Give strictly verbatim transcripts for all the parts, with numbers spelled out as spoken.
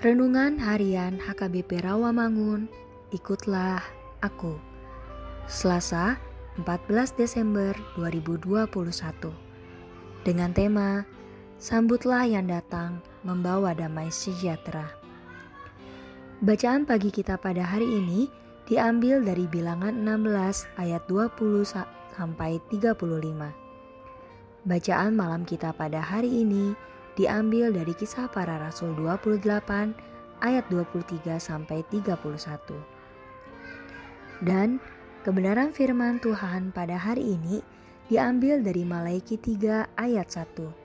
Renungan Harian H K B P Rawamangun, ikutlah aku. Selasa, empat belas Desember dua ribu dua puluh satu. Dengan tema, Sambutlah yang datang membawa damai sejahtera. Bacaan pagi kita pada hari ini diambil dari Bilangan enam belas ayat dua puluh sampai tiga puluh lima. Bacaan malam kita pada hari ini diambil dari Kisah Para Rasul dua puluh delapan ayat dua puluh tiga sampai tiga puluh satu. Dan kebenaran firman Tuhan pada hari ini diambil dari Maleakhi tiga ayat satu.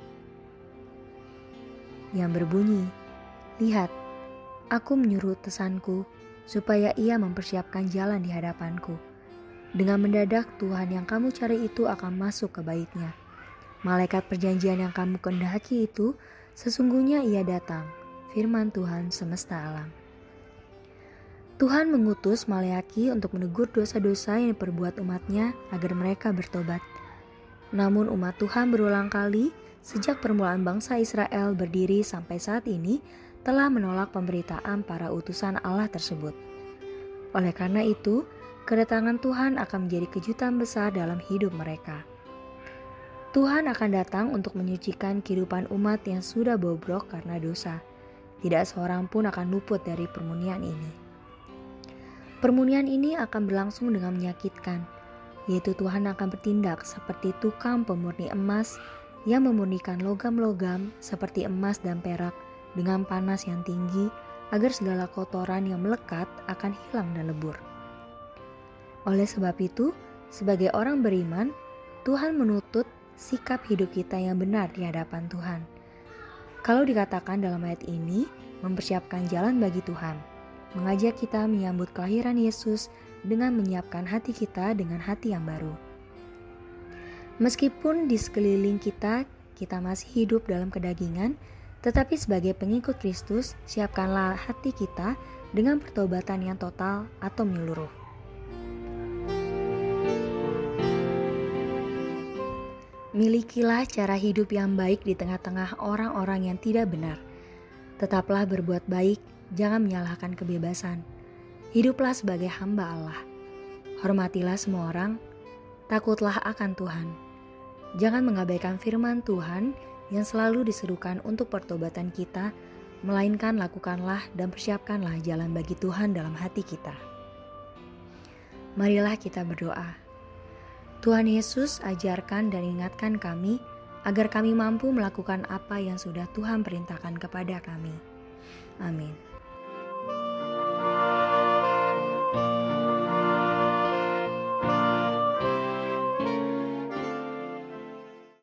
Yang berbunyi, "Lihat, aku menyuruh utusanku supaya ia mempersiapkan jalan di hadapanku. Dengan mendadak Tuhan yang kamu cari itu akan masuk ke baitnya. Malaikat perjanjian yang kamu kehendaki itu, sesungguhnya ia datang, firman Tuhan semesta alam." Tuhan mengutus Maleakhi untuk menegur dosa-dosa yang diperbuat umatnya agar mereka bertobat. Namun umat Tuhan berulang kali, sejak permulaan bangsa Israel berdiri sampai saat ini, telah menolak pemberitaan para utusan Allah tersebut. Oleh karena itu, kedatangan Tuhan akan menjadi kejutan besar dalam hidup mereka. Tuhan akan datang untuk menyucikan kehidupan umat yang sudah bobrok karena dosa. Tidak seorang pun akan luput dari permunian ini. Permunian ini akan berlangsung dengan menyakitkan, yaitu Tuhan akan bertindak seperti tukang pemurni emas yang memurnikan logam-logam seperti emas dan perak dengan panas yang tinggi agar segala kotoran yang melekat akan hilang dan lebur. Oleh sebab itu, sebagai orang beriman, Tuhan menuntut sikap hidup kita yang benar di hadapan Tuhan. Kalau dikatakan dalam ayat ini, mempersiapkan jalan bagi Tuhan, mengajak kita menyambut kelahiran Yesus dengan menyiapkan hati kita dengan hati yang baru. Meskipun di sekeliling kita, kita masih hidup dalam kedagingan, tetapi sebagai pengikut Kristus, siapkanlah hati kita dengan pertobatan yang total atau menyeluruh. Milikilah cara hidup yang baik di tengah-tengah orang-orang yang tidak benar. Tetaplah berbuat baik, jangan menyalahkan kebebasan. Hiduplah sebagai hamba Allah. Hormatilah semua orang, takutlah akan Tuhan. Jangan mengabaikan firman Tuhan yang selalu diserukan untuk pertobatan kita, melainkan lakukanlah dan persiapkanlah jalan bagi Tuhan dalam hati kita. Marilah kita berdoa. Tuhan Yesus, ajarkan dan ingatkan kami agar kami mampu melakukan apa yang sudah Tuhan perintahkan kepada kami. Amin.